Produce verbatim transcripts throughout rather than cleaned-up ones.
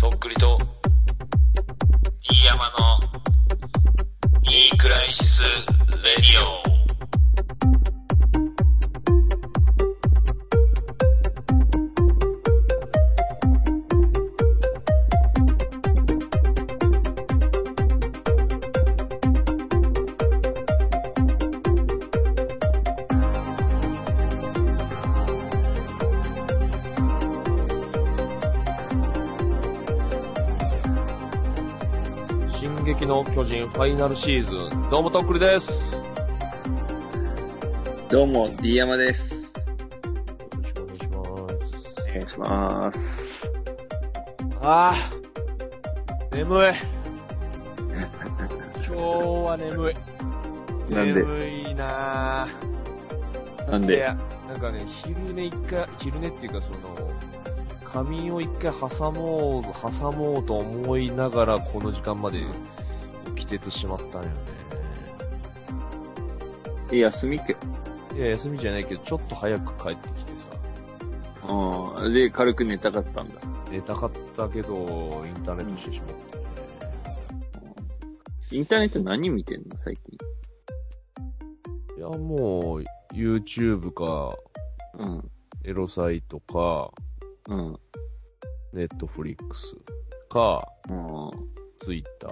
とっくりと飯山のいいクライシスレディオ。 進撃の巨人ファイナルシーズン、どうもとっくりです。 どうも D 山です。 よろしくお願いします。 お願いします。 あー眠い今日は眠いなんで眠いなぁ。 なんでいや、なんかね、昼寝一回、昼寝っていうかその、仮眠を一回挟もう、挟もうと思いながらこの時間まで起きててしまったんよね。 え、休みけ。 いや、休みじゃないけど、ちょっと早く帰ってきてさ。 ああ、で、軽く寝たかったんだ。 寝たかったけど、インターネットしてしまったね。 インターネット何見てんの最近。 いや、もう、YouTube か、 うん。 エロサイトか、 うん。 Netflix か、 うん。 Twitter。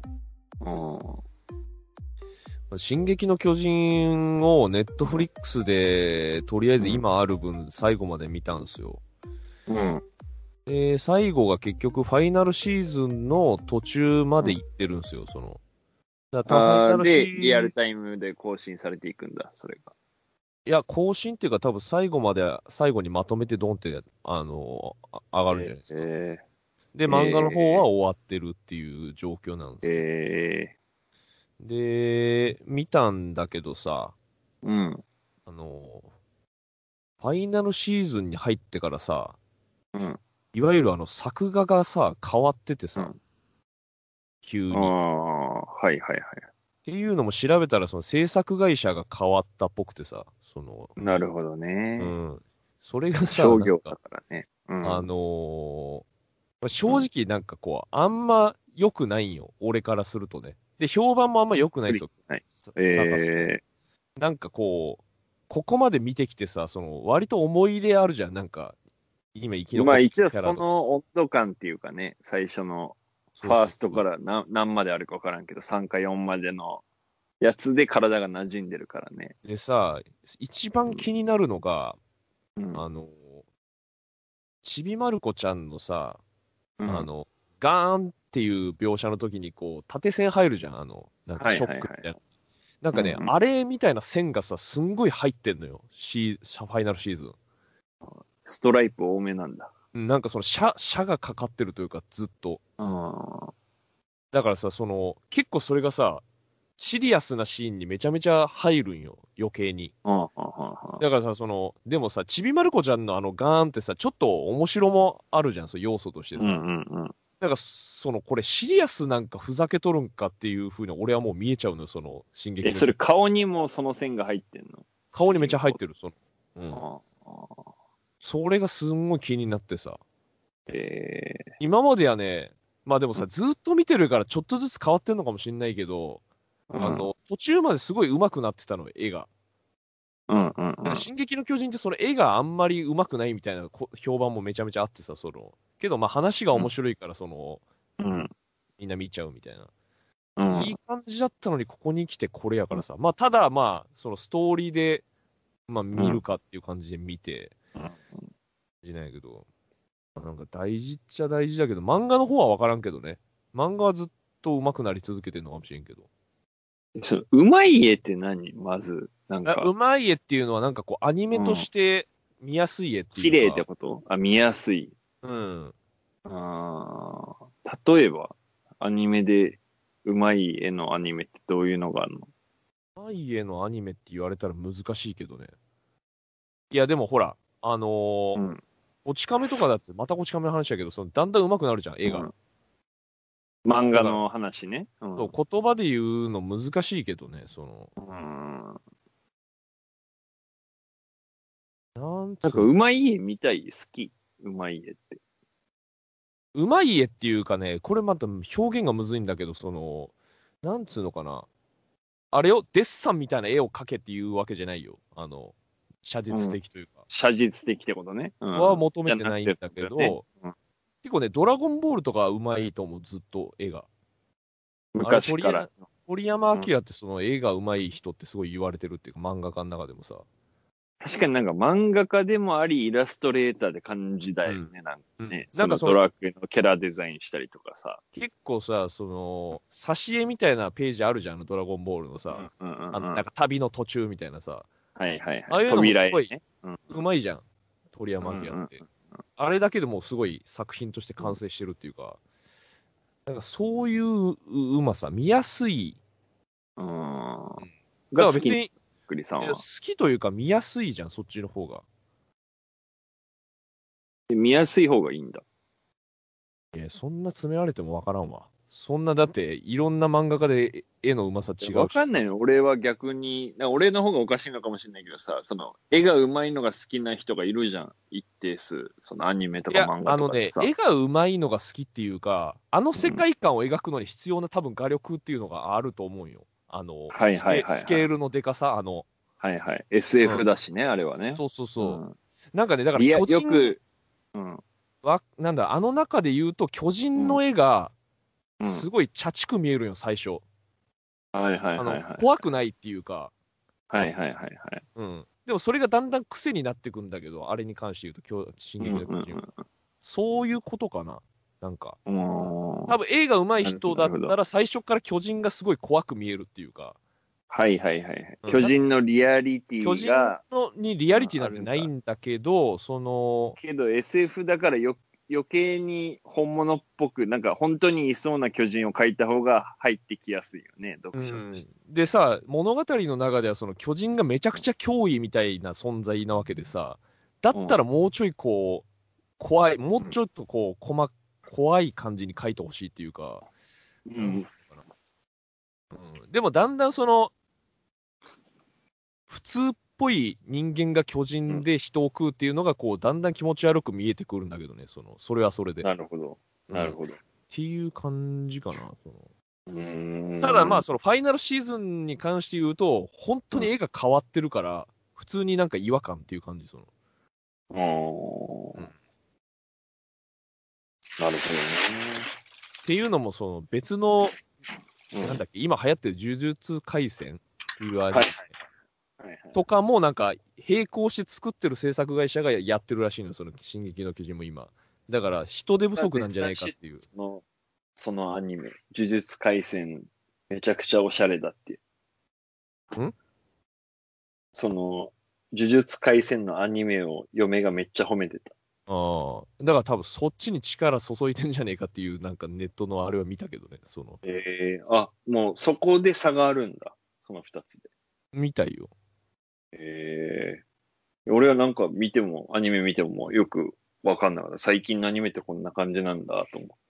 うん。 進撃の巨人を Netflix で、とりあえず今ある分、最後まで見たんですよ。 うん。 で、最後が結局、ファイナルシーズンの途中まで行ってるんですよ、その。だからファイああ、 ナルシで、 ーリアルタイムで更新されていくんだ、それが。 いや、更新っていうか多分最後まで、最後にまとめてドンって、あの、あ上がるんじゃないですか。 えで、漫画の方は終わってるっていう状況なんですー、 けど。 えで、見たんだけどさ、 ー、うん。 あの、ファイナルシーズンに入ってからさ、 うん。 いわゆるあの作画がさ、変わっててさ、 うん。あ急に。っあ、はいはいはていうのも調べたら、その制作会社が変わったっぽくてさ、その、 い。なるほどうね。 ん。それがさ、なんか、 商業だからね。うあん。 のーまあうん。 正直なんかこう、あんま良くないんよ。俺からするとね。で、評判もあんま良くないんですよ。 はい。 さ探すと。 えなんかこう、ここまで見てきてさ、その、割と思い入れあるじゃん。なんか、今生きー、ま残ってあ一応るキャラとか。 その温度感っていうかね、最初のフそうァーストそうそう。 から何、何まであるか分からんけど、さんかよんまでのやつで体が馴染んでるからね。 でさ、一番気になるのが、 うん。 あの、ちびまる子ちゃんのさ、 うん。 あの、ガーンっていう描写の時にこう、縦線入るじゃん。あの、なんかショッはいはいはい。 クみたいな。なんかね、 うんうん。 あれみたいな線がさ、すんごい入ってんのよ。シー、ファイナルシーズン。 ストライプ多めなんだ。 なんかその、シャ、シャがかかってるというか、ずっと。 うん。 だからさ、その、結構それがさ、シリアスなシーンにめちゃめちゃ入るんよ。余計に。 うん。うん。 だからさ、その、でもさ、ちびまる子ちゃんのあのガーンってさ、ちょっと面白もあるじゃん、そう要素としてうん。 さ。 うんうん。 なんか、その、これシリアスなんかふざけとるんかっていう風に俺はもう見えちゃうのよ、その、進え、 撃の巨人。 それ顔にもその線が入ってんの顔にめっち主人公。 ゃ入ってる、その。うん。 ああ。 それがすんごい気になってさ。 え今まではね、まあでもー、 さ、ずっと見てるからちょっとずつ変わってんのかもしんないけど、 うん。 あの、途中まですごい上手くなってたの、絵が。 うんうんうなんか、 ん。 進撃の巨人ってその絵があんまり上手くないみたいなこ評判もめちゃめちゃあってさ、その、けどまあ話が面白いから、その、 うん。 みんな見ちゃうみたいな。 うん。 いい感じだったのに、ここに来てこれやからさ。まあ、ただまあ、そのストーリーで、まあうん。 見るかっていう感じで見て、 うん。 じゃないけど、なんか大事っちゃ大事だけど、漫画の方はわからんけどね。漫画はずっと上手くなり続けてるのかもしれんけど。 ちょ、うまい絵って何まず、なんあ、 か、 うまい絵っていうのはなんかこう、アニメとうん。 して見やすい絵ってい綺麗ってうか、 ことあ、見やすい。 うん。 あー、例えば、アニメで、うまい絵のアニメってどういうのがあるの？ うまい絵のアニメって言われたら難しいけどね。いや、でもほら、あのー、 うん。 こち亀とかだって、またこち亀の話だけど、そのだんだん上手くなるじゃん、絵が。 うん。漫だから、 画の話ね。うん。 そう言葉で言うの難しいけどね、その、 うん。 なんなんか、 つうの。 うまい絵見たい好き。うまい絵って。 うまい絵っていうかね、これまた表現がむずいんだけど、その、なんつうのかな。あれをデッサンみたいな絵を描けっていうわけじゃないよ。あの、写実うん。 的というか。 写実的ってことね。うはん。 求めてじゃなくてっないんだけてことね。 ど、 うん。 結構ね、ドラゴンボールとかうまいと思う、ずっと絵が。あれ、鳥や昔から。 鳥山うん。 明ってその絵がうまい人ってすごい言われてるっていうか、漫画家の中でもさ。 確かになんか漫画家でもあり、イラストレーターで感じだうん。 よね。なんかうん。 ね。そのなんかその、 ドラクエのキャラデザインしたりとかさ。 結構さ、その、挿絵みたいなページあるじゃん、あのドラゴンボールのさ。 うんうんうんあの、 うん。 なんか旅の途中みたいなさ。 はいはいはい。 ああいうのもすごい扉絵ね。うんうまいじゃん、鳥うん山明っうんて。あれだけでもうすごい作品として完成してるっていうか、なんかそういううまさ、見やすい。 うん。ううん、 ん。 だかが好きな、 ら別に、 くりさいや好んは。 きというか見やすいじゃん、そっちの方が。 で見やすい方がいいんだ。 いや、そんな詰められてもわからんわ。そんな、だって、いろんな漫画家で絵のうまさいや違うしさ。 わかんないの。俺は逆に、な俺の方がおかしいのかもしれないけどさ、その、絵が上手いのが好きな人がいるじゃん。一定数。そのアニメといや、 か漫画あのね、 とかでさ。 絵がうまいのが好きっていうか、あの世うん。 界観を描くのに必要な多分画力っていうのがあると思うよ。あの、 はいスケ、 はいはいはい。 スケールのでかさ、あの、 はいはい。 うエスエフん。 だしね、あれはね。 そうそうそうん。 う。なんかね、だからリア、 巨人よく、うん。 は、なんだ、あの中で言うと巨人のうん。 絵がうん。 すごいチャチく見えるよ、最初。 はいはいあの、 はいはい。 怖くないっていうか、 はいはいはいはい。 うん。でもそれがだんだん癖になってくんだけど、あれに関して言うと、巨進うん撃の巨人は。 うんそういうことかな。なんか。 うん。うーん。 多分映画上手いなるほ人だっどなるほど。 たら最初から巨人がすごい怖く見えるっていうか、 はいはいはいはい。 うん、た巨人のリアリテ巨人ィが、 のにリうん、 アリティなんてあるんだ。 ないんだけど、その、 けど エスエフ だからよ余計に本物っぽく、なんか本当にいそうな巨人を描いた方が入ってきやすいよね、読者としうん。 て。 でさ、物語の中ではその巨人がめちゃくちゃ脅威みたいな存在なわけでさ、だっうん。 たらもうちょいこう、怖い、もううん。 ちょっとこう、こま、怖い感じに書いてほしいっていうか、なんてうん。 いうのかな。うん。でもだんだんその、普通っぽい人間が巨うん。 人で人を食うっていうのが、こう、だんだん気持ち悪く見えてくるんだけどね、その、それはそれで。 なるほど。 うん。っなるほど。 ていう感じかな。そのうーただまあ、 ん。 そのファイナルシーズンに関して言うと、本当うん。 に絵が変わってるから、普通になんか違和感っていう感じ、その。 あー、 うん。っなるほていうのも、その別の、 どね。うん。 なんだっけ、今流行ってる呪術廻戦っていうアはいニメはいはい。 とかもなんか並行して作ってる制作会社がやってるらしいのよ、その進撃の巨人も今。だから人手不足なんじゃないかっていう。 その、そのアニメ、呪術廻戦、めちゃくちゃおしゃれだって。 んその、呪術廻戦のアニメを嫁がめっちゃ褒めてた。 ああ。だから多分そっちに力注いでんじゃねえかっていうなんかネットのあれは見たけどね、その。 ええー、あ、もうそこで差があるんだ。その二つで。 見たいよ。 ええー、俺はなんか見ても、アニメ見てもよくわかんなかった。最近のアニメってこんな感じなんだと思って。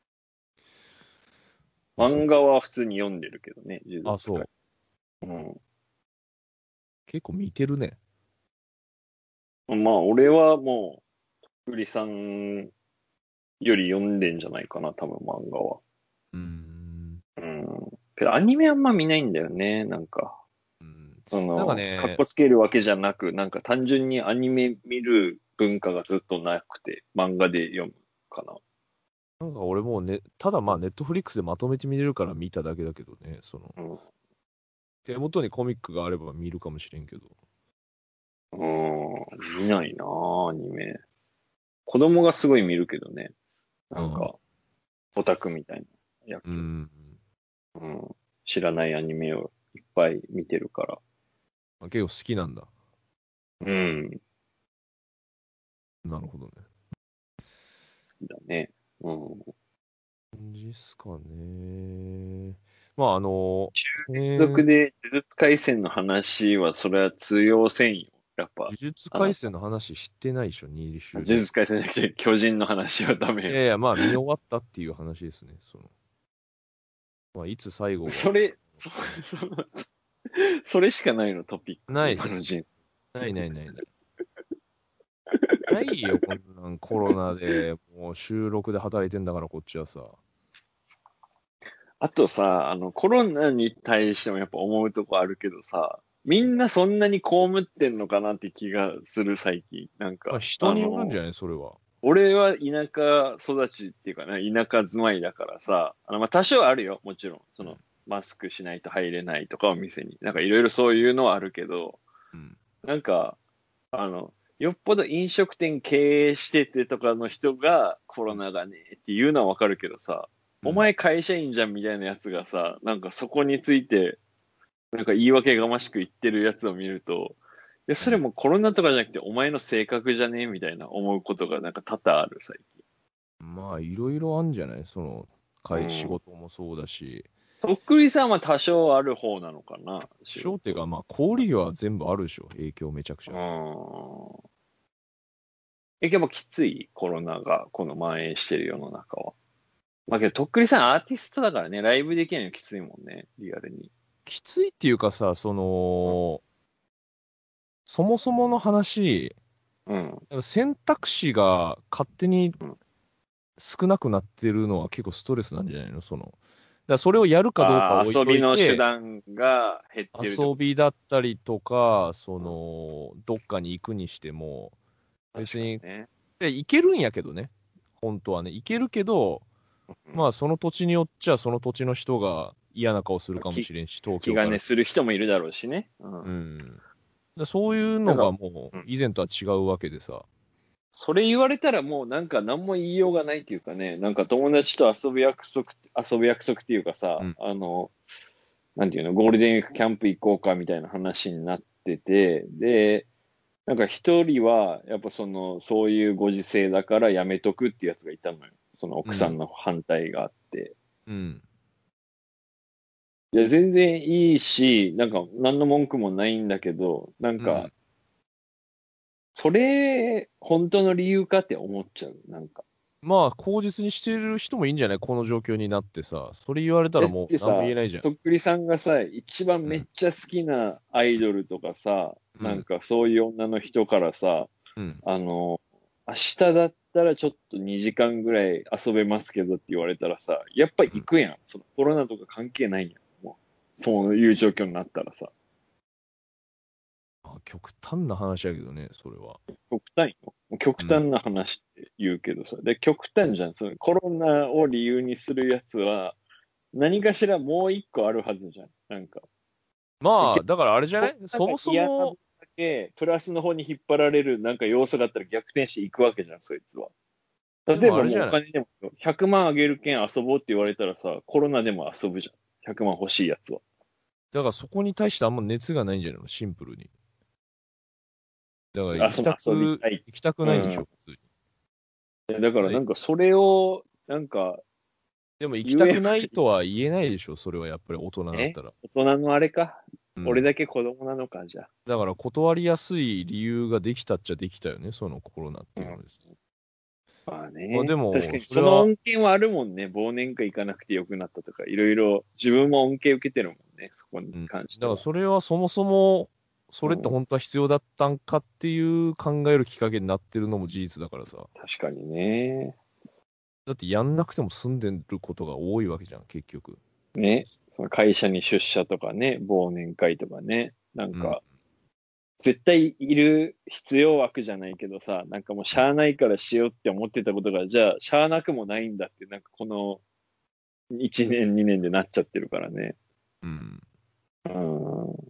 あ、そ漫画は普通に読んでるけどね、呪あ、 術廻そう。 戦。 結構見てるね。 うん。まあ、俺はもう、とくりさんより読んでんじゃないかな、多分漫画は。 うーん。 うん。けどアニメあんま見ないんだよね、なんか。 うん。 そなんかの、かっね、 こつけるわけじゃなく、なんか単純にアニメ見る文化がずっとなくて、漫画で読むかな。 なんか俺もうね、ただまあネットフリックスでまとめて見れるから見ただけだけどね、その、 うん。 手元にコミックがあれば見るかもしれんけど。 うん、見ないなぁ、アニメ。子供がすごい見るけどね。 うん。 なんか、オタクみたいなやつ。 うん。 うん。知らないアニメをいっぱい見てるから。 あ、結構好きなんだ。 うん。 なるほどね。 好きだね。うん。 感じっすかね。まあ、あの、えー、 連続で呪術廻戦の話は、それは通用せんよ。やっぱ、 呪術あなた。 廻戦の話知ってないでしょ、に呪週で。 術廻戦じゃなくて巨人の話はダメよ。 いやいや、まあ、見終わったっていう話ですね。その、まあ、いつ最後が。 それ、そ、その、それしかないの、トピック。 ない、 今の人。 ないないないない。 ないよ、こんなんコロナで、もう収録で働いてんだから、こっちはさ。 あとさ、あの、コロナに対してもやっぱ思うとこあるけどさ、みんなそんなに被ってんのかなって気がする最近。なんまあ、 か、 人あの、 によるんじゃないそれは。 俺は田舎育ちっていうかな、田舎住まいだからさ、あの、まあ、多少あるよ、もちろん。その、 うん。 マスクしないと入れないとかお店に。なんかいろいろそういうのはあるけど、 うん。 なんか、あの、よっぽど飲食店経営しててとかの人がコロナがねっていうのはわかるけどさ、 うん。 お前会社員じゃんみたいなやつがさ、なんかそこについて、なんか言い訳がましく言ってるやつを見ると、いや、それうん。 もコロナとかじゃなくてお前の性格じゃねみたいな思うことがなんか多々ある最まあ、いろいろあるんじゃないその、会、仕近。うん。 事もそうだし。 とっくりさんは多少ある方なのかな仕事。 小っていうか、まあ、小売業は全部あるでしょ。影響めちゃくちうゃ。 ん。え、でもきついコロナがこの蔓延してる世の中は。まあけど、とっくりさんアーティストだからね、ライブできないのきついもんね、リアルに。 きついっていうかさ、その、そもそもの話、 うん。 選択肢が勝手にうん。 少なくなってるのは結構ストレスなんじゃないのその、だからそれをやるかどうかああ、 置い遊びの手といて、 段が減ってるってこと。 遊びだったりとか、そうん。 の、どっかに行くにしても、別確かにに、 ね。 で行けるんやけどね、本当はね、行けるけど、 うん。 まあその土地によっちゃその土地の人が嫌な顔するかも気、 しれんし、東気京から。 兼ねする人もいるだろうしね。うん。 うん。だそういうのなんか、 がもううん。 以前とは違うわけでさ。 それ言われたらもうなんか何も言いようがないっていうかね、なんか友達と遊ぶ約束、遊ぶ約束っていうかさ、 うん。 あの、なんていうの、ゴールデンウィークキャンプ行こうかみたいな話になってて、で、なんか一人は、やっぱその、そういうご時世だからやめとくっていうやつがいたのよ。そのうん。 奥さんの反対があって。 うん。 いや、全然いいし、なんか何の文句もないんだけど、なんか、 うん。 それ、本当の理由かって思っちゃう。なんか。 まあ、口実にしてる人もいいんじゃないこの状況になってさ。それ言われたえっらもう何も言てさ、 えないじゃん。 とっくりさんがさ、一番うん。 めっちゃ好きなアイドルとかさ、 うん。 なんかそういう女の人からさ、 うん。 あの、明日だったらちょっとにじかんぐらい遊べますけどって言われたらさ、やっぱうん。 行くやん。そのコロナとか関係ないやん。もう、そういう状況になったらさ。 まあ、極端な話やけどね、それは。 極端よ。もう極うん。 端な話って言うけどさ。で、極端じゃん。そのコロナを理由にするやつは、何かしらもう一個あるはずじゃん。なんか。 まあ、だからあれじゃなコロいそもそナが嫌な分も、 だけ、プラスの方に引っ張られるなんか要素があったら逆転していくわけじゃん、そいつは。 で例えばもうおもあれじゃない金でもひゃくまんあげるけん遊ぼうって言われたらさ、コロナでも遊ぶじゃん。ひゃくまん欲しいやつは。 だからそこに対してあんま熱がないんじゃないのシンプルに。だからあ、 行きその遊びたく、 たい。 行きたくないんでしょ、 うん。 普通だからに。でなんかそれを、なんかでも行き言えばたくないとは言えないでしょ、それはやっぱり大人だっえたら。 大人のあれか。 うん。 俺だけ子供なのか、じゃあ。 だから断りやすい理由ができたっちゃできたよね、そのコロナってうん。 いうのです。 まあまあでね。確も、 かに、 それは、 その恩恵はあるもんね。忘年会行かなくてよくなったとか、いろいろ、自分も恩恵受けてるもんね。そこにうん。 関しては。 だからそれはそもそも、それってうん。 本当は必要だったんかっていう考えるきっかけになってるのも事実だからさ。 確かにね。 だってやんなくても済んでることが多いわけじゃん、結局。 ね。その会社に出社とかね、忘年会とかね。なんうん。 か、絶対いる必要枠じゃないけどさ、なんかもうしゃあないからしようって思ってたことが、じゃあ、しゃあなくもないんだって、なんかこのいちねん、にねんでなっちゃってるからね。 うん。 うん。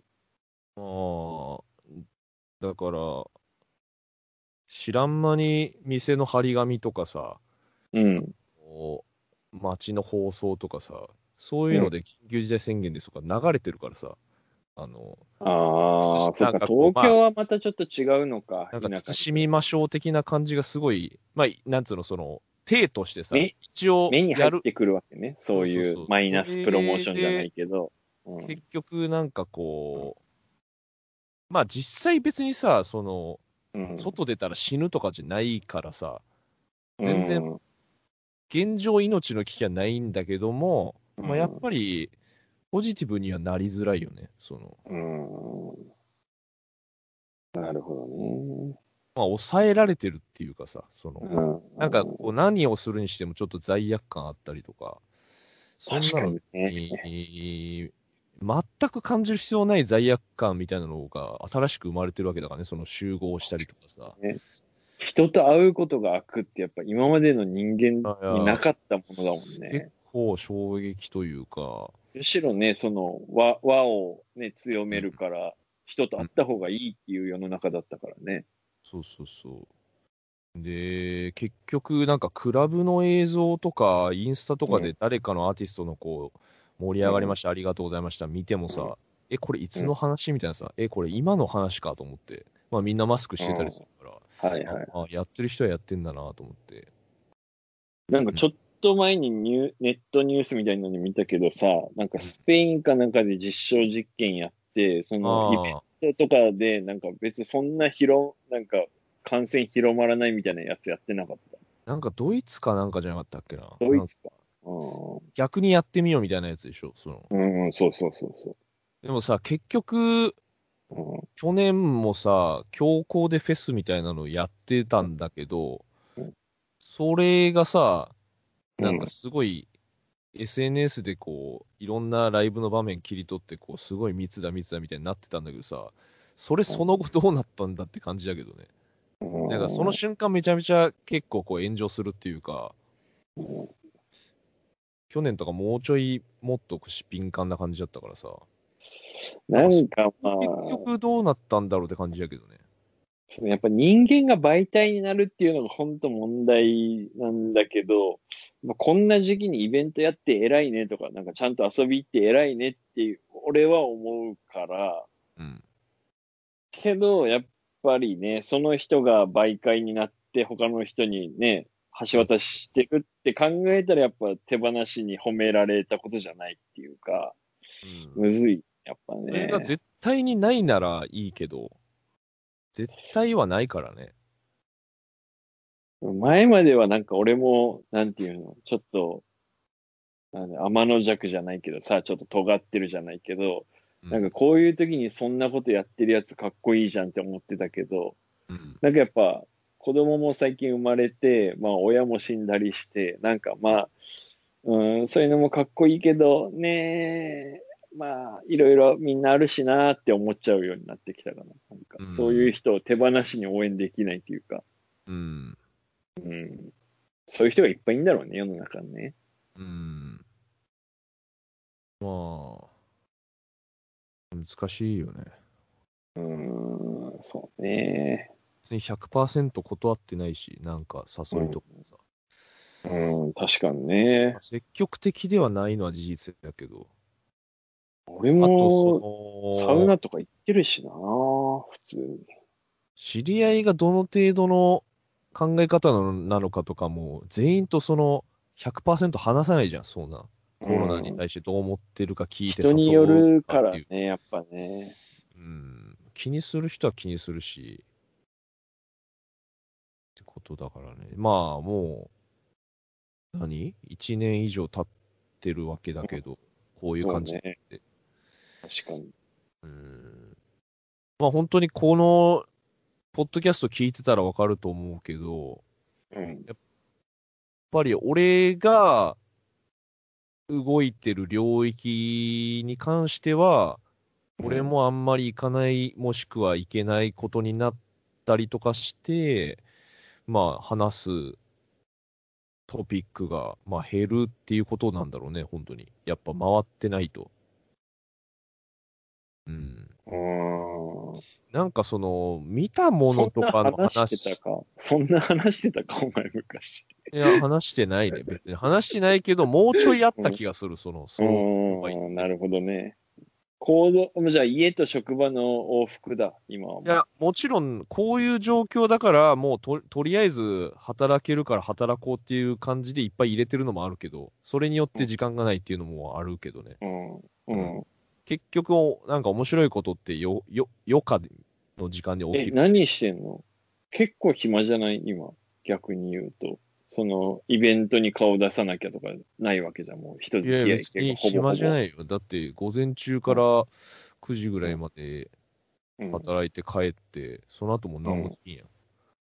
まあ、だから、知らん間に店の張り紙とかさ、 うん。 こう街の放送とかさ、そううん。 いうので緊急事態宣言ですとか流れてるからさ、あの、 ああ、そっか、 なんかこう、まあ、 東京はまたちょっと違うのか、 なんか田舎に比慎みましょう的な感じがすごい、まあ、なんつうの、その、体としてさ、 べ。 一応目に入やる。 ってくるわけね。そういうそうそうそう。そマイナスプロモーれションじゃないで、 けど。うん。 結局なんかこう、まあ実際別にさ、その、 うん。 外出たら死ぬとかじゃないからさ、 う全然ん。 現状命の危機はないんだけども、まあやっうん。 ぱりポジティブにはなりづらいよね。その、 うん。なるほどね。 まあ、抑えられてるっていうかさ、その、 うん。 なんかこう何をするにしてもちょっと罪悪感あったりとか、そんなの確かにね。 に、全く感じる必要ない罪悪感みたいなのが新しく生まれてるわけだからね、その集合したりとかさ。 人と会うことが悪ってやっぱ今までの人間あいやになかったものだもん結ね。 構衝撃というか、 むしろね、その和、和をね、強めるから、人と会った方がいいっていう世の中だったからね。 そうそうそう。で、結局なんかクラブの映像とか、インスタとかで誰かのアーティストのこう、盛り上がりました、ありがとうございました、見てもさ、え、これいつの話みたいなさ、え、これ今の話かと思って、まあみんなマスクしてたりするから、 はいはい。 あ、あやってる人はやってんだなと思って。 なんかちょっと前にニューネットニュースみたいなのに見たけどさ、なんかスペインかなんかで実証実験やって、そのイあベントとかでなんか別にそんな広、なんか感染広まらないみたいなやつやってなかった。 あ、なんかドイツかなんかじゃなかったっけな。なんかドイツか。う逆にやってみようみたいなやつでしょ。そのん、うん、そうそうそうそでもさ、結局、 う。うん去年もさ、強行でフェスみたいなのやってたんだけど、 うんそれがさ、なんかうんすごい エスエヌエス でこう、いろんなライブの場面切り取って、こう、すごい密だ密だみたいになってたんだけどさ、それその後どうなったんだって感じだけどね。なんかその瞬間めちゃめちゃ結構こう炎上するっていうか、去年とかもうちょいもっと敏感な感じだったからさ、 なんかまあ、 結局どうなったんだろうって感じだけどね。 そのやっぱ人間が媒体になるっていうのが本当問題なんだけど、まあ、こんな時期にイベントやって偉いねとか、なんかちゃんと遊び行って偉いねっていう、俺は思うから、 うん。 けど、やっぱりね、その人が媒介になって他の人にね、橋渡ししてるって考えたらやっぱ手放しに褒められたことじゃないっていうか、 うん。 むずい。やっぱそれがね。 絶対にないならいいけど、絶対はないからね。 前まではなんか俺も、なんていうの、ちょっと、あの天の弱じゃないけどさ、ちょっと尖ってるじゃないけど、 うん。 なんかこういう時にそんなことやってるやつかっこいいじゃんって思ってたけど、 うん。 なんかやっぱ子供も最近生まれて、まあ親も死んだりして、なんかまあ、うん、そういうのもかっこいいけど、ねえ、まあ、いろいろみんなあるしなーって思っちゃうようになってきたかな。なんかう、 そういうん。 人を手放しに応援できないっていうか、 うん。 うん、そういう人がいっぱいいるんだろうね、世の中にね。 うん。まあ、難しいよね。 うーん、そうね。 別にひゃくパーセント断ってないし、なんか誘いとかもさ。 うん、うん、確かにね。 積極的ではないのは事実だけど、 俺あと、 も、サウその、 ナとか行ってるしな、普通に。 知り合いがどの程度の考え方なのなのかとかも、全員とそのひゃくパーセント話さないじゃん、そんな。 うコロナにん。 対してどう思ってるか聞いて人によ誘うるかっていう。 からね、やっぱね。 うん、気にする人は気にするし、ってことだからね。まあ、もう、何 ?いち 年以上経ってるわけだけど、こういう感じそうね。 で。 確かに。 うん。まあ、本当にこの、ポッドキャスト聞いてたらわかると思うけど、 うん。 やっぱり俺が動いてる領域に関しては、俺もあんまり行かない、もしくは行けないことになったりとかして、まあ、話すトピックが、まあ、減るっていうことなんだろうね、本当に。やっぱ回ってないと。うん。 うん。うーん。 なんかその、見たもそんなのとかの話してた話、 かそんな話してたかお前昔。 いや、話してないね、別に。話してないけど、もうちょいあったうん。 気がする、その、 うそうは言っーん。 ても。 なるほどね。行動、じゃあ家と職場の往復だ、今はもいや、もちろん、こういう状況だから、もうと、とりあえず働けるから働こうっていう感じでいっぱい入れてるのもあるけど、それによっう。うん。 て時間がないっていうのもあるけどね。 ううん。 ん。 結局、なんか面白いことってよ、よ、余暇の時間に起え、 きる。 何してんの？結構暇じゃない今。逆に言うと。その、イベントに顔出さなきゃとかないわけじゃん。もう人いや、 付き合い別に結構ほぼほぼ。 暇じゃないよ。だって、午前中かうん。 らくじぐらいうん。 までうん。 働いて帰って、その後も何もうん。 できんやん。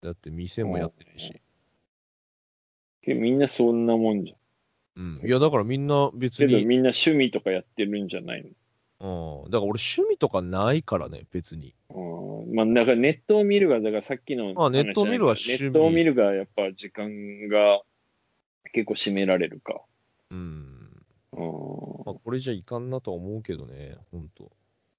だって店もやってるし。 けどみんなそんなもんじゃん。 うん。いや、だからみんな別けどに、 みんな趣味とかやってるんじゃないうん。だから俺趣味とかないからね、別に。 の？うん。まあ、だからネットを見るが、だからさっきのまあネットを見るは話じゃないけど趣味。 ネットを見るがやっぱ時間が結構占められるか。 うん。 うん。 まあこれじゃいかんなとは思うけどね、ほんと。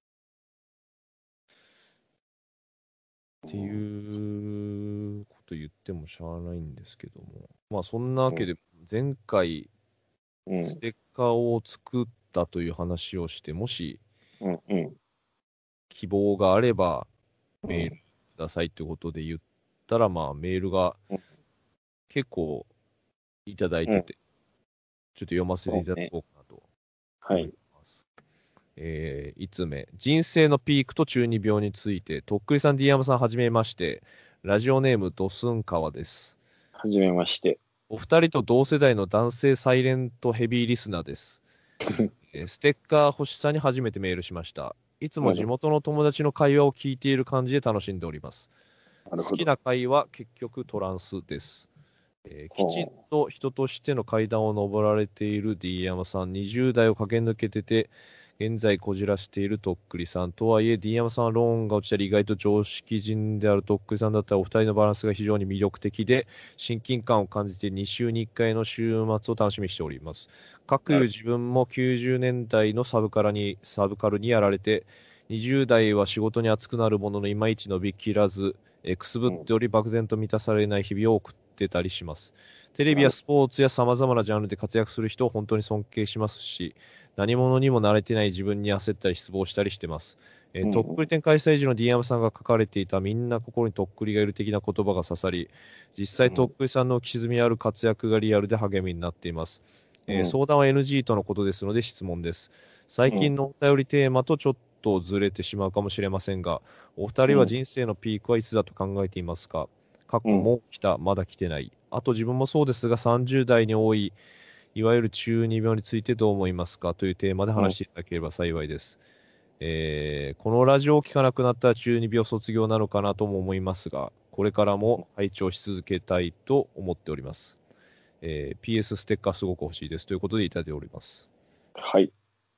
っていうこと言ってもしゃあないんですけども。まあそんなわけで、前回うん。 ステッカーを作ったという話をして、もしうん。うん。 希望があればうんメールくださいってことで言ったら、まあメールがうん結構いただいうんてて、ちょっと読ませていただこうかなとはい。 思います。えー、いつつめ、人生のピークと中二病について、とっくりさん、ディーアムさん、はじめまして、ラジオネーム、ドスンカワです。 はじめまして。 お二人と同世代の男性サイレントヘビーリスナーです。えーステッカー欲しさに初めてメールしました。いつも地元の友達の会話を聞いている感じで楽しんでおります。 なるほど。 好きな会は結局トランスです。えーきちんと人としての階段を上られている D 山さん、にじゅう代を駆け抜けてて、現在こじらしているとっくりさん。とはいえ、D 山さんはローンが落ちたり、意外と常識人であるとっくりさんだったら、お二人のバランスが非常に魅力的で、親近感を感じてに週にいっかいの週末を楽しみにしております。各いう自分もきゅうじゅうねんだいのサブカルに、サブカルにやられて、にじゅう代は仕事に熱くなるもののいまいち伸びきらず、えくすぶっており漠然と満たされない日々を送ってたりします。テレビやスポーツや様々なジャンルで活躍する人を本当に尊敬しますし、何者にも慣れてない自分に焦ったり失望したりしてます。えー、とっくり展開催時の ディーエム さんが書かれていたみんな心にとっくりがいる的な言葉が刺さり、実際とっくりさんの浮き沈みある活躍がリアルで励みになっています。えーうん相談は エヌジー とのことですので質問です。最近のお便りテーマとちょっとずれてしまうかもしれませんが、お二人は人生のピークはいつだと考えていますか？過去もう来た、まだ来てない。あと自分もそうですが、さんじゅう代に多い、いわゆる中二病についてどう思いますかというテーマで話していただければ幸いです。えーこのラジオを聞かなくなったら中二病卒業なのかなとも思いますが、これからも拝聴し続けたいと思っております。えー ピーエス ステッカーすごく欲しいですということでいただいております。 はい。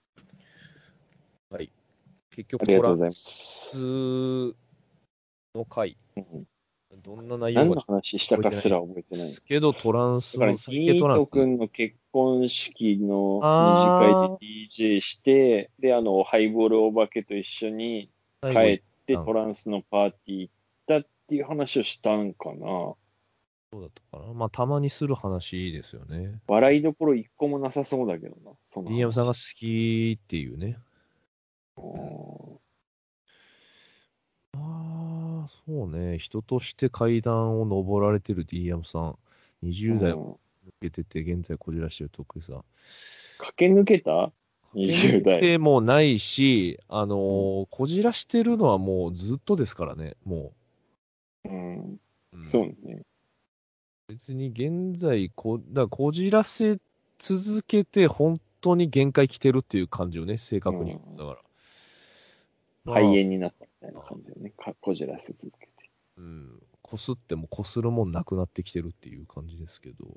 はい。結あ局、 りがとうございまトランスす。 の回、 うんどんな内容何のがちょっ話したかすら覚えてないとです。けど、トランスだから、 の、最ニー低トランス。 ト君の結婚式の二次会であディージェー して、で、あの、ハイボールお化けと一緒にー、 帰って最後トランスのパーティー行ったっていう話をしたんかな。 そうだったかな。まあ、たまにする話ですよね。 笑いどころ一個もなさそうだけどな。その話ディーエム さんが好きっていうね。 うんああ、そうね。人として階段を登られてる ディーエム さん。にじゅう代を抜けてて、現在こじらしてるとっくりさん。 駆け抜けた ?にじゅう 代。 でもないし、あのーこじらしてるのはもうずっとですからね、もうん。 う。うんそうね。 別に現在こ、だからこじらせ続けて本当に限界来てるっていう感じよね、正確に。 うんだから。 肺炎になったみたいな感じでね。かこじらせ続けて。 うん、こすってもこするもんなくなってきてるっていう感じですけど。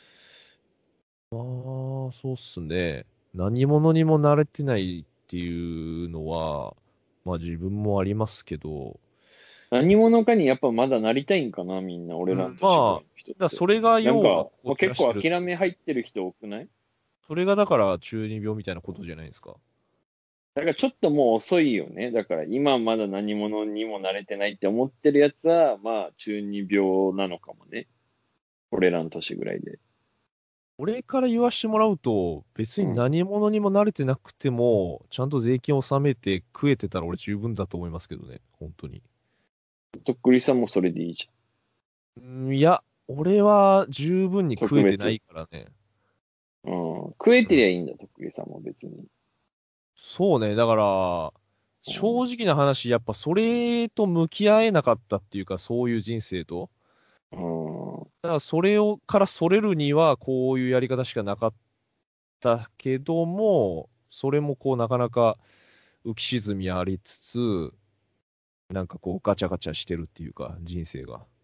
まあ、そうっすね。何者にも慣れてないっていうのは、まあ自分もありますけど、 何者かにやっぱまだなりたいんかな、みんな。俺らの年ぐらいの人って。 だからそれがなん要はか、まあ結構諦め入ってる人多くない？ それがだから中二病みたいなことじゃないですか。 だからちょっともう遅いよね。だから今まだ何者にもなれてないって思ってるやつは、まあ中二病なのかもね。俺らの年ぐらいで。 俺から言わしてもらうと、別に何者にも慣れてなくても、ちゃんと税金を納めて食えてたら俺十分だと思いますけどね、本当に。 とっくりさんもそれでいいじうんいや、俺は十分に食えてないからね。 ゃん。うん。食えてりゃいいんだ、とっくりさんも別に。 そうね、だから、正直な話、やっぱそれと向き合えなかったっていうか、そういう人生と。 うん。 だからそれをからそれるには、こういうやり方しかなかったけども、それもこう、なかなか浮き沈みありつつ、なんかこう、ガチャガチャしてるっていうか、人生が。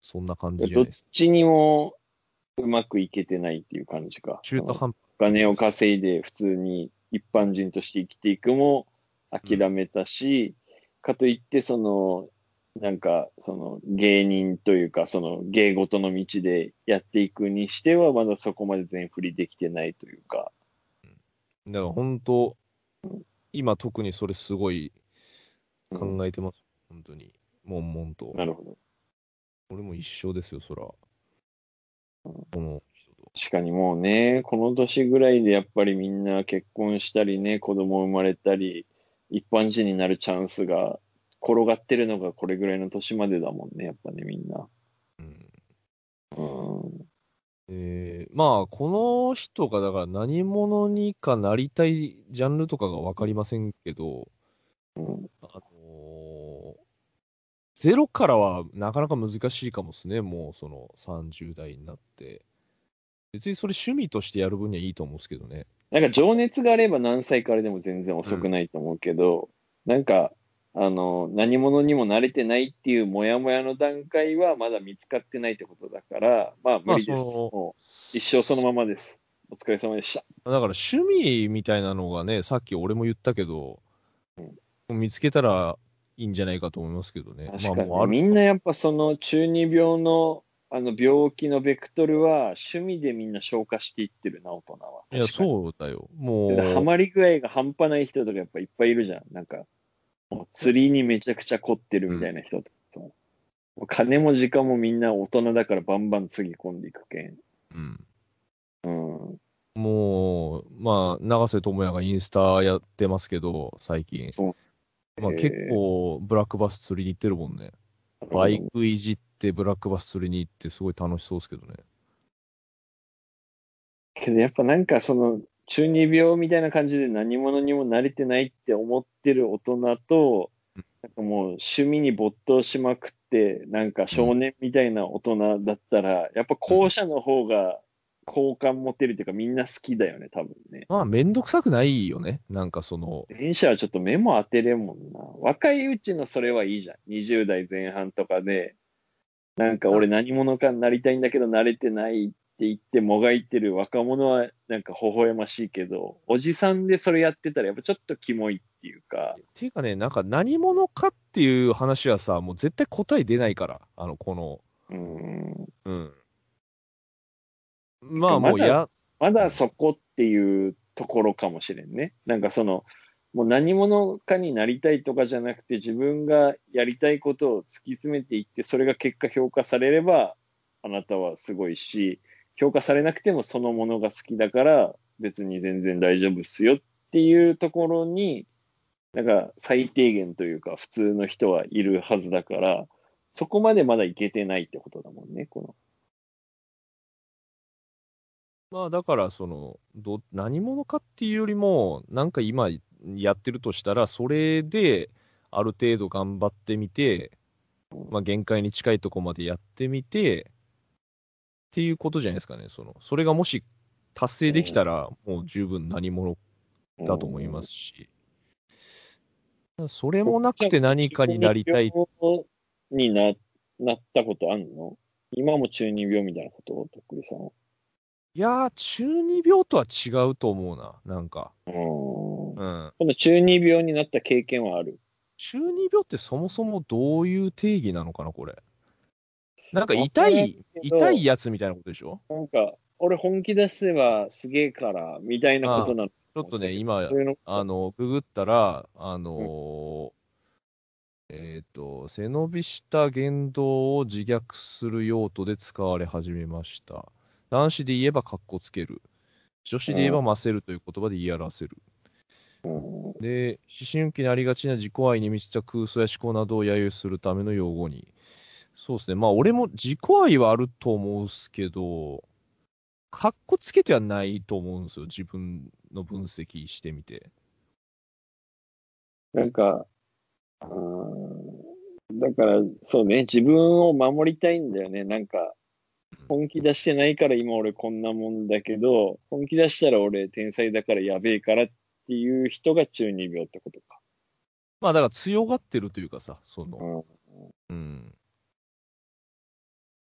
そんな感じじゃどっないですか。 ちにもうまくいけてないっていう感じか。 中途半端。 お金を稼いで普通に一般人として生きていくも諦めたし、かといってその、なんかその芸人というかその芸事の道でやっていくにしてはまだそこまで全振りできてないというか。 だから本当、今特にそれすごいうん、 考えてます。本当に。悶々と。 なるほど。 俺も一緒ですよ、そら。この人と。 確かにもうね、この年ぐらいでやっぱりみんな結婚したりね、子供生まれたり、一般人になるチャンスが転がってるのがこれぐらいの年までだもんね、やっぱね、みんな。 うん。 うん。 えー、まあ、この人が、だから何者にかなりたいジャンルとかがわかりませんけど、 うん。 あのーゼロからはなかなか難しいかもですね、もうそのさんじゅう代になって。別にそれ趣味としてやる分にはいいと思うんですけどね。 なんか情熱があれば何歳からでも全然遅くうん。 ないと思うけど、なんか、あの、何者にも慣れてないっていうモヤモヤの段階はまだ見つかってないってことだから、まあ無まあ、 理です。 その、 もう一生そのままです。お疲れ様でした。 だから趣味みたいなのがね、さっき俺も言ったけど、見つけたらいいんじゃないかと思いますけどね。まあ確かにね、 もうある。 みんなやっぱその中二病のあの病気のベクトルは趣味でみんな消化していってるな、大人は。 いや、 確かに。 そうだよ。 で、ハもマり具合が半端ない人とかやっぱいっぱいいるじゃん。なんか、もうう、 釣りにめちゃくちゃ凝ってるうん。 みたいな人とかさ。もう金も時間もみんな大人だからバンバンつぎ込んでいくけん。 うん。 うん。 もう、まあ、永瀬智也がインスタやってますけど、最近。 そう。 まあ結え構ブラックバス釣りに行ってるもんね。 ー、なるほバイどね。 クいじってブラックバス釣りに行ってすごい楽しそうですけどね。 けどやっぱなんかその中二病みたいな感じで何者にもなれてないって思ってる大人と、なんかもう趣味に没頭しまくって、なんかうん。 少年みたいな大人だったら、やっぱうん。 後者の方が好感持てるっていうかみんな好きだよね、多分ね。 まあ、めんどくさくないよね。なんかその、 電車はちょっと目も当てれんもんな。若いうちのそれはいいじゃん。にじゅう代前半とかで、なんかあ、 俺何者かになりたいんだけど慣れてないって言ってもがいてる若者はなんか微笑ましいけど、おじさんでそれやってたらやっぱちょっとキモいっていうか、 っていうかね、なんか何者かっていう話はさ、もう絶対答え出ないから、あの、この、 うーん、 うん。 なんまあかまだ、 もうや、 まだうん。 そこっていうところかもしれんね。なんかその、もう何者かになりたいとかじゃなくて自分がやりたいことを突き詰めていって、それが結果評価されれば、あなたはすごいし、評価されなくてもそのものが好きだから別に全然大丈夫っすよっていうところに、なんか最低限というか普通の人はいるはずだから、そこまでまだいけてないってことだもんね、この。 まあだから、その、ど、何者かっていうよりも、なんか今やってるとしたら、それである程度頑張ってみて、まあ限界に近いとこまでやってみて、っていうことじゃないですかね。その、それがもし達成できたら、もう十分何者うだと思いまん。 すし、それ僕もなくじゃあもうて何かにな中二りたい。 病にな、なったことあんの？今も中二病みたいなこととっくりさんは。 いやー、中二病とは違うと思うな。なんか。 うん。こうん。 の中二病になった経験はある？ 中二病ってそもそもどういう定義なのかな、これ。なんかわからん痛い、痛いけど、 やつみたいなことでしょ？ なんか、俺本気出せばすげえから、みたいなことああ、 なのかちょっとね、 もしれんけど、 今、 そういうのか。 あの、ググったら、あのうん。 ーえっと、背伸びした言動を自虐する用途で使われ始めました。男子で言えばカッコつける。女子で言えばませるという言葉で言い表せる。 うん。うん。 で、思春期にありがちな自己愛に満ちた空想や思考などを揶揄するための用語に。そうですね。まあ、俺も自己愛はあると思うんすけど、カッコつけてはないと思うんですよ。自分の分析してみて。 なんか、うん、だから、そうね、自分を守りたいんだよね。なんか、本気出してないから今俺こんなもんだけど、本気出したら俺天才だからやべえからっていう人が中二病ってことか。 まあ、だから強がってるというかさ、その、 うん。 うん。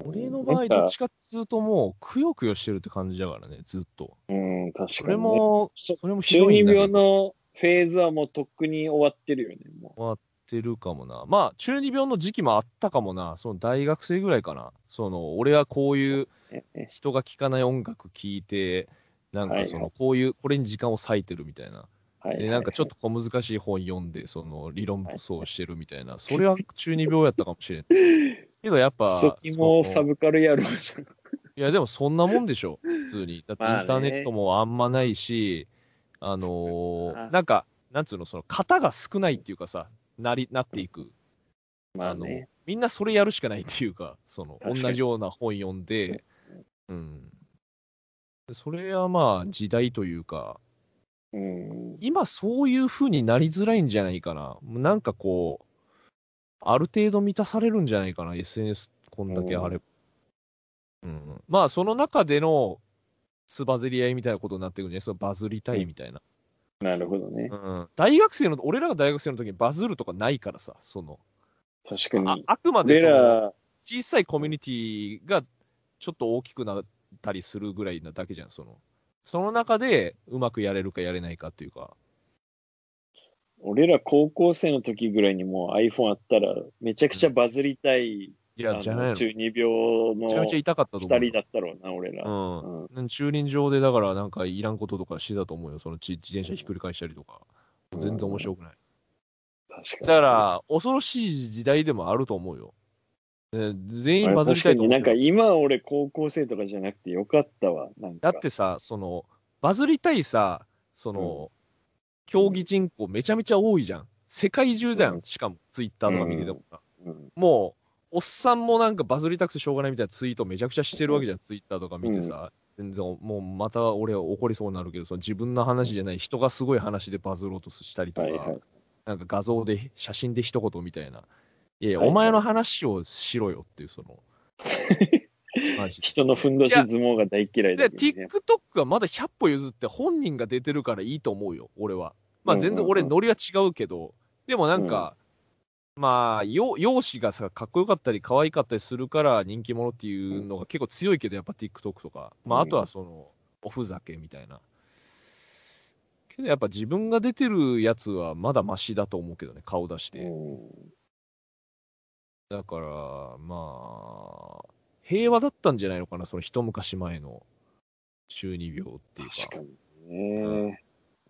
俺の場合、どっちかっていうともう、くよくよしてるって感じだからね、ずっと。 うん、確それかにね。 も、 そそれもひ中二どいんだけど。 病のフェーズはもうとっくに終わってるよね、も終わってるかもな。まあ、中二病の時期もあったかもな。その大学生ぐらいかな。その、俺はこういうう。ねね人が聴かない音楽聴いて、なんはいはいかその、こういう、これに時間を割いてるみたいな。で、 はいはいはい。 なんかちょっと小難しい本読んで、その、理論はい武装してるみたいな。それは中二病やったかもしれん。けどやっクソぱ、 キモサその、 ブカル野郎じゃん。 いやでもそんなもんでしょ。普通に。だってイまあンターネットね。 もあんまないし、あのーあなんか、なんつうの、その型が少ないっていうかさ、なり、なっていく。あの、 まあね。 みんなそれやるしかないっていうか、その、 確かに同じような本読んで、うん。それはまあ時代というか、 うん。 今そういう風になりづらいんじゃないかな。なんかこう、ある程度満たされるんじゃないかな、エスエヌエス こんだけあれば。うん。まあその中でのつばぜり合いみたいなことになってくるんじゃないそのバズりたいみたいな。 なるほどね。 うん。大学生の、俺らが大学生の時にバズるとかないからさ、その、あ、 確かに。 あくまで俺その、 ら、 小さいコミュニティがちょっと大きくなったりするぐらいなだけじゃん、その。その中でうまくやれるかやれないかっていうか。 俺ら高校生の時ぐらいにもう iPhone あったら、めちゃくちゃバズりたい、 いや、 あの、 じゃないの。 中二病めちゃめちゃの痛かったと思うよ。 二人だったろうな、俺ら。うん。 うん。駐輪場でだからなんかいらんこととかしてたと思うよ。その自自転車ひっくり返したりとか。全然面白くない。 確かに。 だから、恐ろしい時代でもあると思うよ。ね全員バズり確かになんかたいと思ってる。 今俺高校生とかじゃなくてよかったわ。なんか。 だってさ、その、バズりたいさ、その、競技人口めちゃめちゃ多いじゃん。世界中じゃん。 うんしかも、ツイッターとか見ててもさ。 うん。 もう、おっさんもなんかバズりたくてしょうがないみたいなツイートめちゃくちゃしてるわけじゃん。ツイッターとか見てさ。全然、もうまた俺は怒りそうになるけど、その自分の話じゃない人がすごい話でバズろうとしたりとか、 はいはい。 なんか画像で、写真で一言みたいな。いやいや、 はいはいお前の話をしろよっていう、その、マジで。 人のふんどし相撲が大嫌いだで、 けどね。 TikTok がまだひゃっぽ譲って本人が出てるからいいと思うよ、俺は。まあ全然俺うんうんうんノリは違うけど、でもなんか、まあ、よ容姿がさ、かっこよかったり可愛かったりするから人気者っていうのが結構強いけど、やっぱ TikTok とか。まああとはその、おふざけみたいな。けどやっぱ自分が出てるやつはまだマシだと思うけどね、顔出しうて。 ん。 だから、まあ、平和だったんじゃないのかな、その一昔前の中二病っていうか。 確かにね。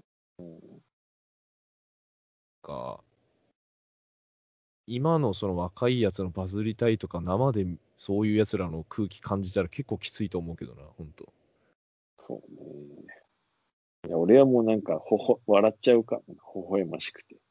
か、今のその若いやつのバズりたいとか、生でそういうやつらの空気感じたら結構きついと思うけどな、ほんと。 そうね。いや、俺はもうなんか、ほほ、笑っちゃうから、微笑ましくて。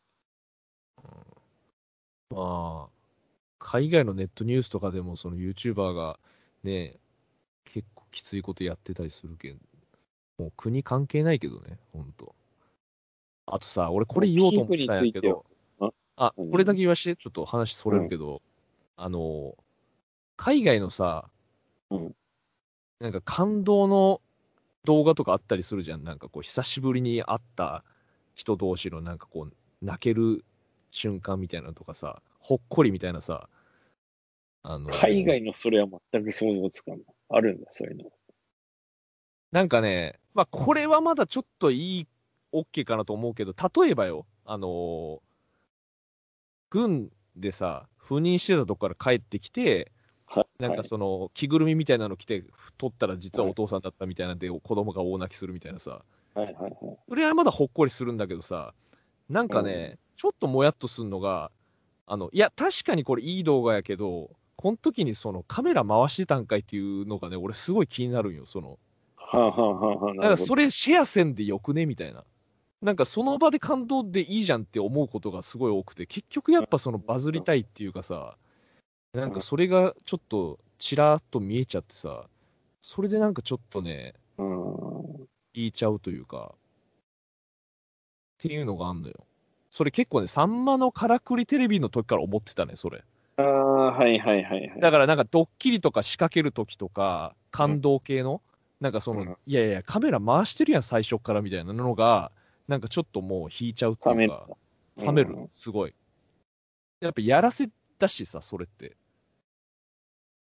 まあ、海外のネットニュースとかでもその YouTuber がね、結構きついことやってたりするけど、もう国関係ないけどね、ほんと。あとさ、俺これ言おうと思ってたんやけど、あ、 何これだけ言わして、ちょっと話それるけど、あの、海外のさ、 うんなんか感動の動画とかあったりするじゃん。なんかこう、久しぶりに会った人同士のなんかこう、泣ける瞬間みたいなのとかさ、ほっこりみたいなさ、あの、 海外のそれは全く想像つかんない。あるんだ、そういうの。 なんかね、まあこれはまだちょっといい、OK かなと思うけど、例えばよ、あの軍でさ、赴任してたとこから帰ってきて、 はなんかその、着ぐるみみたいなの着て、取ったら実はお父さんだったみたいなんで、子供が大泣きするみたいなさ、 はいはいはい。 それはまだほっこりするんだけどさ、なんかね、ちょっともやっとすんのが、あの、いや、確かにこれいい動画やけど、この時にそのカメラ回してたんかいっていうのがね、俺すごい気になるんよ、その。 はあ、はあはあはあ、 だからなるほど。 それシェアせんでよくねみたいな。なんかその場で感動でいいじゃんって思うことがすごい多くて、結局やっぱそのバズりたいっていうかさ、なんかそれがちょっとちらっと見えちゃってさ、それでなんかちょっとね、 うん。 言いちゃうというか、っていうのがあんのよ。それ結構ね、さんまのからくりテレビの時から思ってたね、それ。 ああ、はいはいはいはい。 だからなんかドッキリとか仕掛ける時とか、感動系の、なんかその、 うんいやいや、カメラ回してるやん、最初からみたいなのが、なんかちょっともう引いちゃうって冷めるいうか、冷めるうん、 すごい。やっぱやらせだしさ、それって。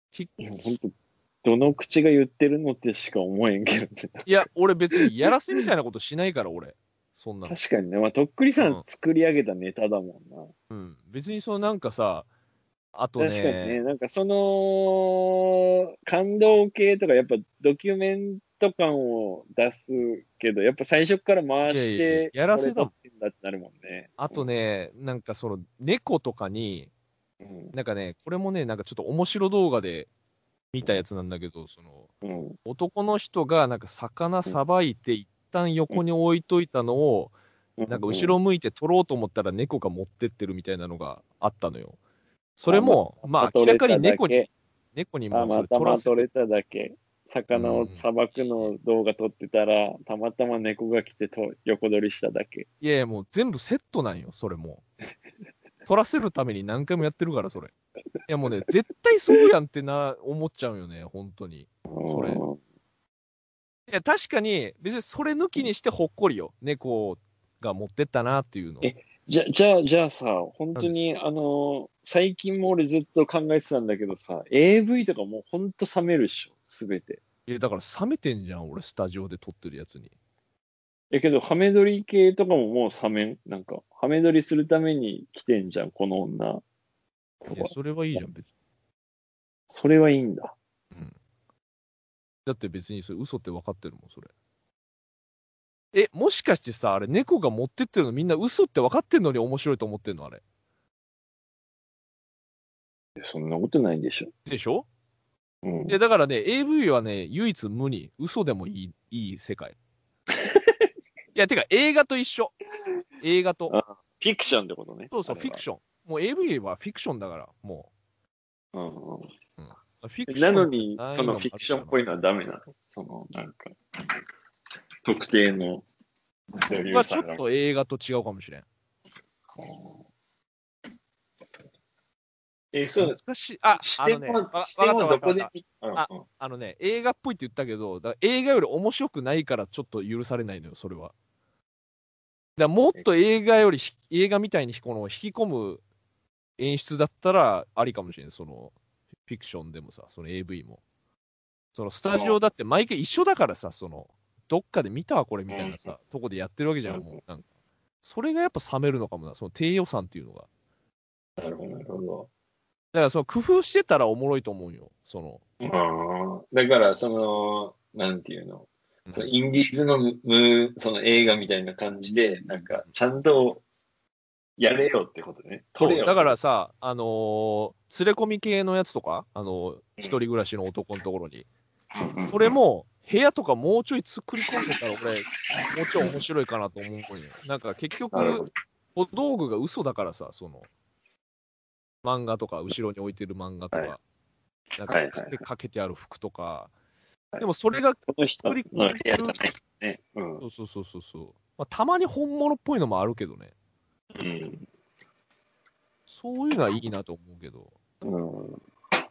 ひ本当どの口が言ってるのってしか思えんけどね。 いや、俺別にやらせみたいなことしないから、俺。そんなの。 確かにね、まあ、とっくりさうんん作り上げたネタだもんな。 うん。別にそのなんかさ、あと確かにね、 ね、 なんかその、感動系とか、やっぱドキュメント感を出すけど、やっぱ最初から回いやいやいして、 ややらこれ撮っせだもん。 てんだってなるもんね。 あとね、なんかその猫とかに、 うん、 なんかね、これもね、なんかちょっと面白動画で見たやつなんだけど、その、 うん、 男の人がなんか魚さばいて、一旦横に置いといたのを、 うん。 なんか後ろ向いて取ろうと思ったら猫が持ってってるみたいなのがあったのよ。そそれも、まあ明らかに猫に、 け。 猫にたまもそれたま撮れ取らせて、 ただけ。魚をさばくの動画撮ってたら、たまたま猫が来てと横取りしただけ。 いやいやもう全部セットなんよ、それも。取らせるために何回もやってるから、それ。いやもうね、絶対そうやんってな、思っちゃうよね、本当に。それ。 うんいや、確かに、別にそれ抜きにしてほっこりよ。猫が持ってったなっていうの。 えじゃ、じゃあ、じゃあさ、本当なんに、あの、最近も俺ずっと考えてたんだけどさ、エーブイ とかもう本当冷めるっしょ、すべて。 いや、だから冷めてんじゃん、俺、スタジオで撮ってるやつに。 やけど、ハメ撮り系とかももう冷めん。なんか、ハメ撮りするために来てんじゃん、この女。といや、 か。 それはいいじゃん、別に。 それはいいんだ。 うん。だって別にそれ嘘って分かってるもん、それ。え、もしかしてさ、あれ、猫が持ってってるのみんな嘘って分かってんのに面白いと思ってんのあれ。 そんなことないでしょ。 でしょうんい。や、だからね、エーブイ はね、唯一無二。嘘でもいい、いい世界。いや、てか、映画と一緒。映画と。 あフィクションってことね。 そうそう、フィクション。もう エーブイ はフィクションだから、もョン。うんうんう。うん、フィクションなのに、 ないそのフィクションっぽいのはダメなの。その、なんか、特定の女優はちょっさんが。 と映画と違うかもしれん。 え、そう、 難しい。あ、 視点あのね、わは、視点はどこでわかったわかった見、うんあうんあのね、映画っぽいって言ったけど、だから映画より面白くないからちょっと許されないのよ、それは。だからもっと映画よりひ映画みたいにこの引き込む演出だったらありかもしれん。そのフィクションでもさ、その エーブイ も。そのスタジオだって毎回一緒だからさ、そのどっかで見たわこれみたいなさ、とこでやってるわけじゃん、もう。なんかそれがやっぱ冷めるのかもな、その低予算っていうのが。 なるほど、なるほど。 だからその工夫してたらおもろいと思うよ。その。 ああ、だから、その、なんていうの、 うんそのインディーズのムその映画みたいな感じで、なんか、ちゃんとやれよってことね。撮れよ。 そうだからさ、あのー連れ込み系のやつとか、あのー一人暮らしの男のところに。 うんうんそれも、部屋とかもうちょい作り込んでたら、俺、もうちょい面白いかなと思うんよ。なんか結局、 なるほど小道具が嘘だからさ、その、漫画とか、後ろに置いてる漫画とか、 はいなんはいはいかかけてある服とか、 はいでもそれがその人の部屋じゃないね。うん。 そうそうそうそうそう。まあ、たまに本物っぽいのもあるけどね。 うん。 そういうのはいいなと思うけど。 うん。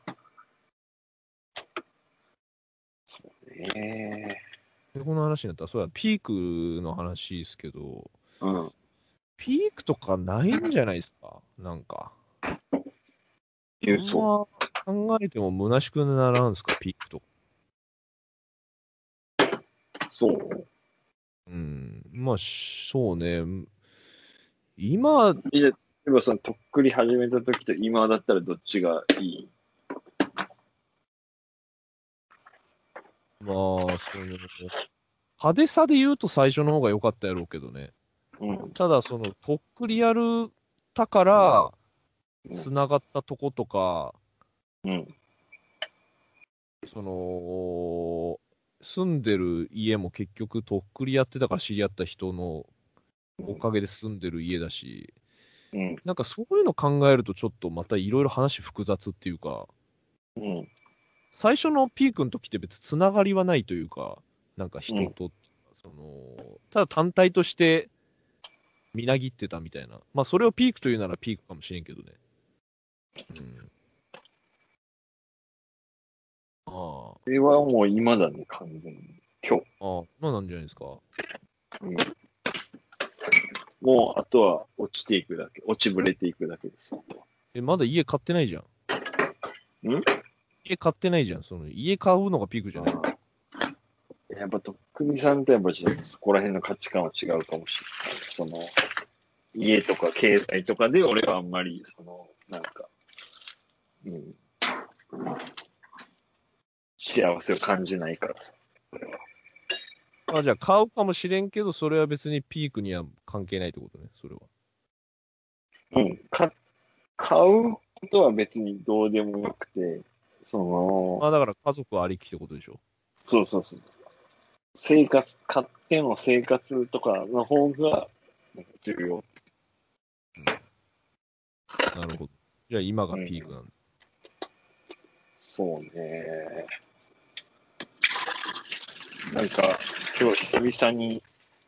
そうね。 で、この話になったら、そうだ、ピークの話ですけど、 うん。 ピークとかないんじゃないですかなんか。 え、そあんま考えても虚しくならんすかピークとか。 う。そう。 うん。まあ、そうね。今、 いや、例えばそのとっくり始めた時と今だったらどっちがいい？ まあ、その、派手さで言うと最初の方が良かったやろうけどね。 うん。 ただ、その、とっくりやるたから、 うんつながったとことか、 うん。 その、住んでる家も結局とっくりやってたから知り合った人のおかげで住んでる家だし、 うん。 なんかそういうの考えるとちょっとまたいろいろ話複雑っていうか、 うん。 最初のピークの時って別につながりはないというか、なんか人と、その、ただ単体としてみなぎってたみたいな。まあそれをピークというならピークかもしれんけどね。うん。ああ。 これはもう今だね、完全に。今日。 ああ、まあなんじゃないですか。 うん。もう、あとは落ちていくだけ。落ちぶれていくだけです。 え、まだ家買ってないじゃん。 ん家買ってないじゃん。その家買うのがピークじゃない。 やっぱとっくりさんとやっぱちょっとそこら辺の価値観は違うかもしれない。その、家とか経済とかで俺はあんまり、その、なんか、うん、幸せを感じないからさ。 あ、じゃあ買うかもしれんけど、それは別にピークには関係ないってことね、それは。 うん、か買うことは別にどうでもよくて、その、 まあだから家族ありきってことでしょ。 そうそうそう。生活、買っての生活とかの方がなんか重要。 なるほど。じゃあ今がピークなんだ。 うん、そうね。なんか、今日久々に、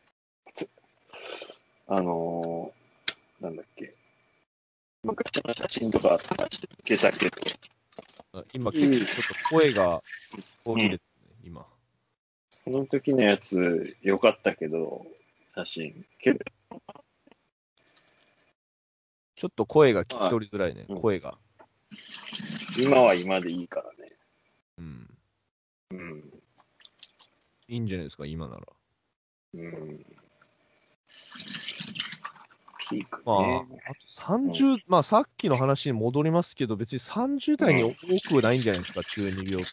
あのー、なんだっけ、昔の写真とか探してつけたけど、 あ今結構ちょっと声が途切れてるね、うん、今。 その時のやつ良かったけど、写真。けどちょっと声が聞き取りづらいね、 うん、 声が。 今は今でいいからね。 うん。 うん。 いいんじゃないですか、今なら。 うん。ピークね。 まあ、あとさんじゅう、うん、まあさっきの話に戻りますけど、別にさんじゅう代に多くないんじゃないですか、うん、中二病って。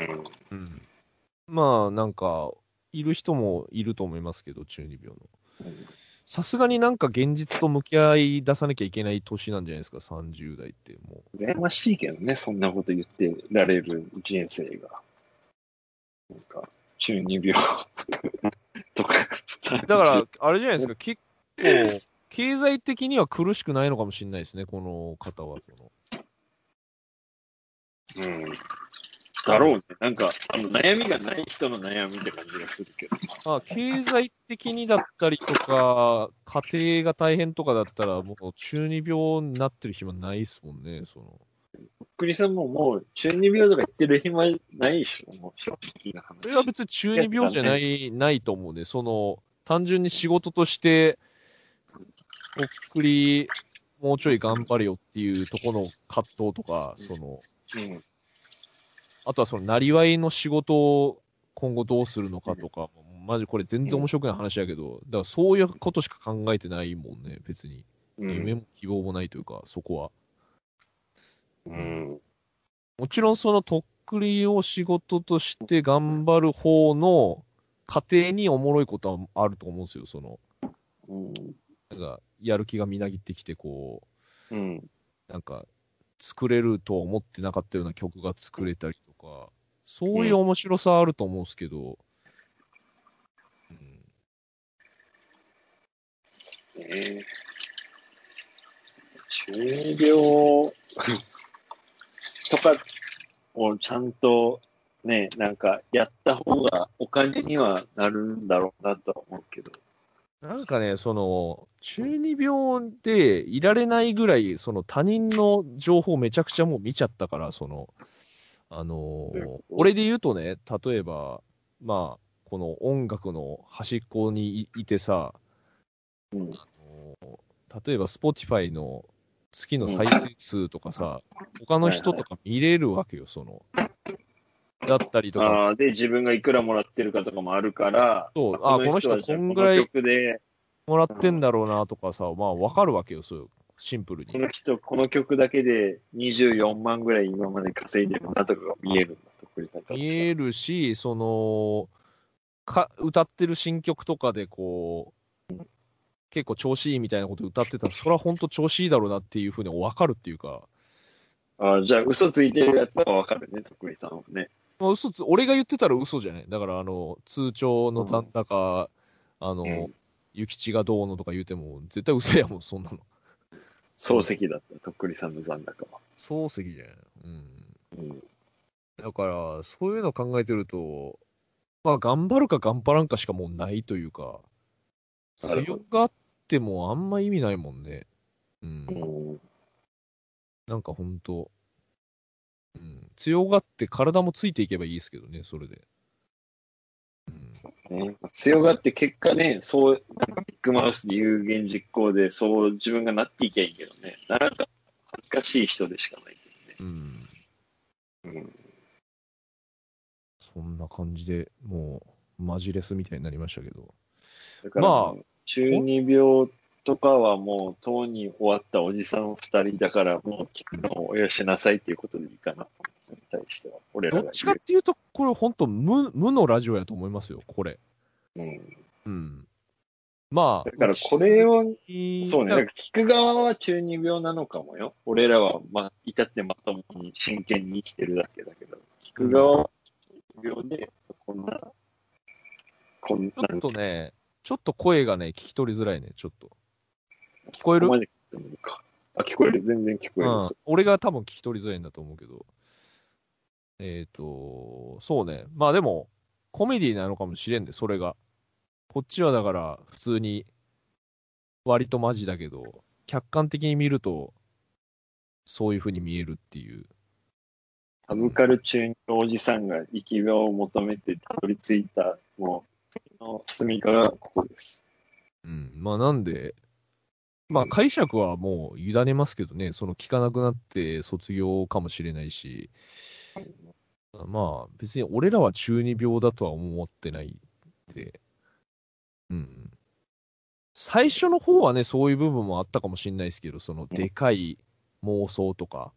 うん。うん。まあ、なんか、いる人もいると思いますけど、中二病の。さすがになんか現実と向き合い出さなきゃいけない年なんじゃないですか、さんじゅう代ってもう。羨ましいけどね、そんなこと言ってられる人生が。なんか、中二病とか。 だから、あれじゃないですか、結構、経済的には苦しくないのかもしれないですね、この方は。そのうん。だろうね。なんか、あの悩みがない人の悩みって感じがするけど。 まあ、経済的にだったりとか、家庭が大変とかだったら、もう中二病になってる暇ないですもんね、その。 クリさんももう中二病とか言ってる暇ないでしょ、もう正直な話。 それは別に中二病じゃない、ないと思うね。その、単純に仕事として、とっくり、もうちょい頑張れよっていうところの葛藤とか、その、うん、あとはその、なりわいの仕事を今後どうするのかとか、うん、マジこれ全然面白くない話だけど、だからそういうことしか考えてないもんね、別に。うん、夢も希望もないというか、そこは。うん、もちろんそのとっくりを仕事として頑張る方の家庭におもろいことはあると思うんですよ、その。うん、なんか、やる気がみなぎってきて、こう、うん、なんか、作れるとは思ってなかったような曲が作れたりとか、そういう面白さあると思うんですけど、うん。 えー、中二病とかをちゃんとね、なんかやった方がお金にはなるんだろうなとは思うけど。 なんかね、その、中二病でいられないぐらい、その他人の情報めちゃくちゃもう見ちゃったから、その、あのー、俺で言うとね、例えば、まあ、この音楽の端っこにいてさ、うん、あのー、例えば Spotify の月の再生数とかさ、うん、他の人とか見れるわけよ、その。だったりとか。 ああ、で、自分がいくらもらってるかとかもあるから、 そう、あ、この人こんぐらいもらってんだろうなとかさ、まあわかるわけよ、そういう、シンプルに。 この人、この曲だけでにじゅうよんまんぐらい今まで稼いでるなとかが見えるんだと、 見えるし、その、か、歌ってる新曲とかでこう、結構調子いいみたいなこと歌ってたら、それは本当調子いいだろうなっていうふうに分かるっていうか。 ああ、じゃあ嘘ついてるやつは分かるね、徳井さんはね。 まあ、嘘つ、俺が言ってたら嘘じゃない。だから、あの、通帳の残高、うん、あの、うん、諭吉がどうのとか言うても、絶対嘘やもん、そんなの。 漱石だった、とっくりさんの残高は。 漱石じゃん。うん。うん、だから、そういうの考えてると、まあ、頑張るか頑張らんかしかもうないというか、強がってもあんま意味ないもんね。うん。うん、なんかほんと、うん、強がって体もついていけばいいですけどね、それで。 うんね、強がって結果ね、そう、ビッグマウスで有言実行で、そう自分がなっていけばいいけどね、なかなか恥ずかしい人でしかないけどね。 うんうん。 そんな感じでもうマジレスみたいになりましたけど。 だからまあもう、中二病とかはもう、とうに終わったおじさん二人だから、もう聞くのをよしなさいっていうことでいいかな。それに対しては、俺らがどっちかっていうと、これ本当無、無のラジオやと思いますよ、これ。 言う。うん。 うん。まあ、 だからこれを、 いそうね、だから聞く側は中二病なのかもよ。俺らは、まあ、至ってまともに真剣に生きてるだけだけど、聞く側は中二病で、こんな、こんな、 ちょっとね、ちょっと声がね、聞き取りづらいね、ちょっと。聞こえる？ ここまで聞いてもいいか。あ、聞こえる。全然聞こえる。 うん。俺が多分聞き取りづらいんだと思うけど。えっ、と、そうね。まあでも、コメディなのかもしれんで、それが。こっちはだから、普通に、割とマジだけど、客観的に見ると、そういう風に見えるっていう。 サブカル中のおじさんが生き様を求めてたどり着いた、もう、その住みかがここです。 うん。まあなんで、まあ解釈はもう委ねますけどね、その聞かなくなって卒業かもしれないし、まあ別に俺らは中二病だとは思ってないんで、うん。最初の方はね、そういう部分もあったかもしれないですけど、そのでかい妄想とか、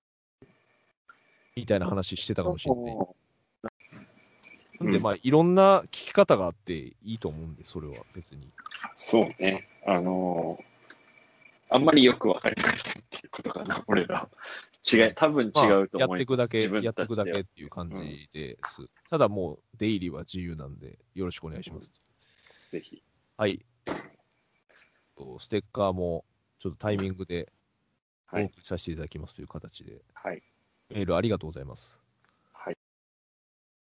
みたいな話してたかもしれない。なんでまあいろんな聞き方があっていいと思うんで、それは別に。 そうね。あのーあんまりよくわかりませんっていうことかな、俺ら。違い、多分違うと思います。 まあやっていくだけ、 自分やっていくだたちではけっていう感じです。ただもう出入りは自由なんで、よろしくお願いします。 ぜひ。 はい。とステッカーもちょっとタイミングでおはい。 送りさせていただきますという形で、 はい。 メールありがとうございます。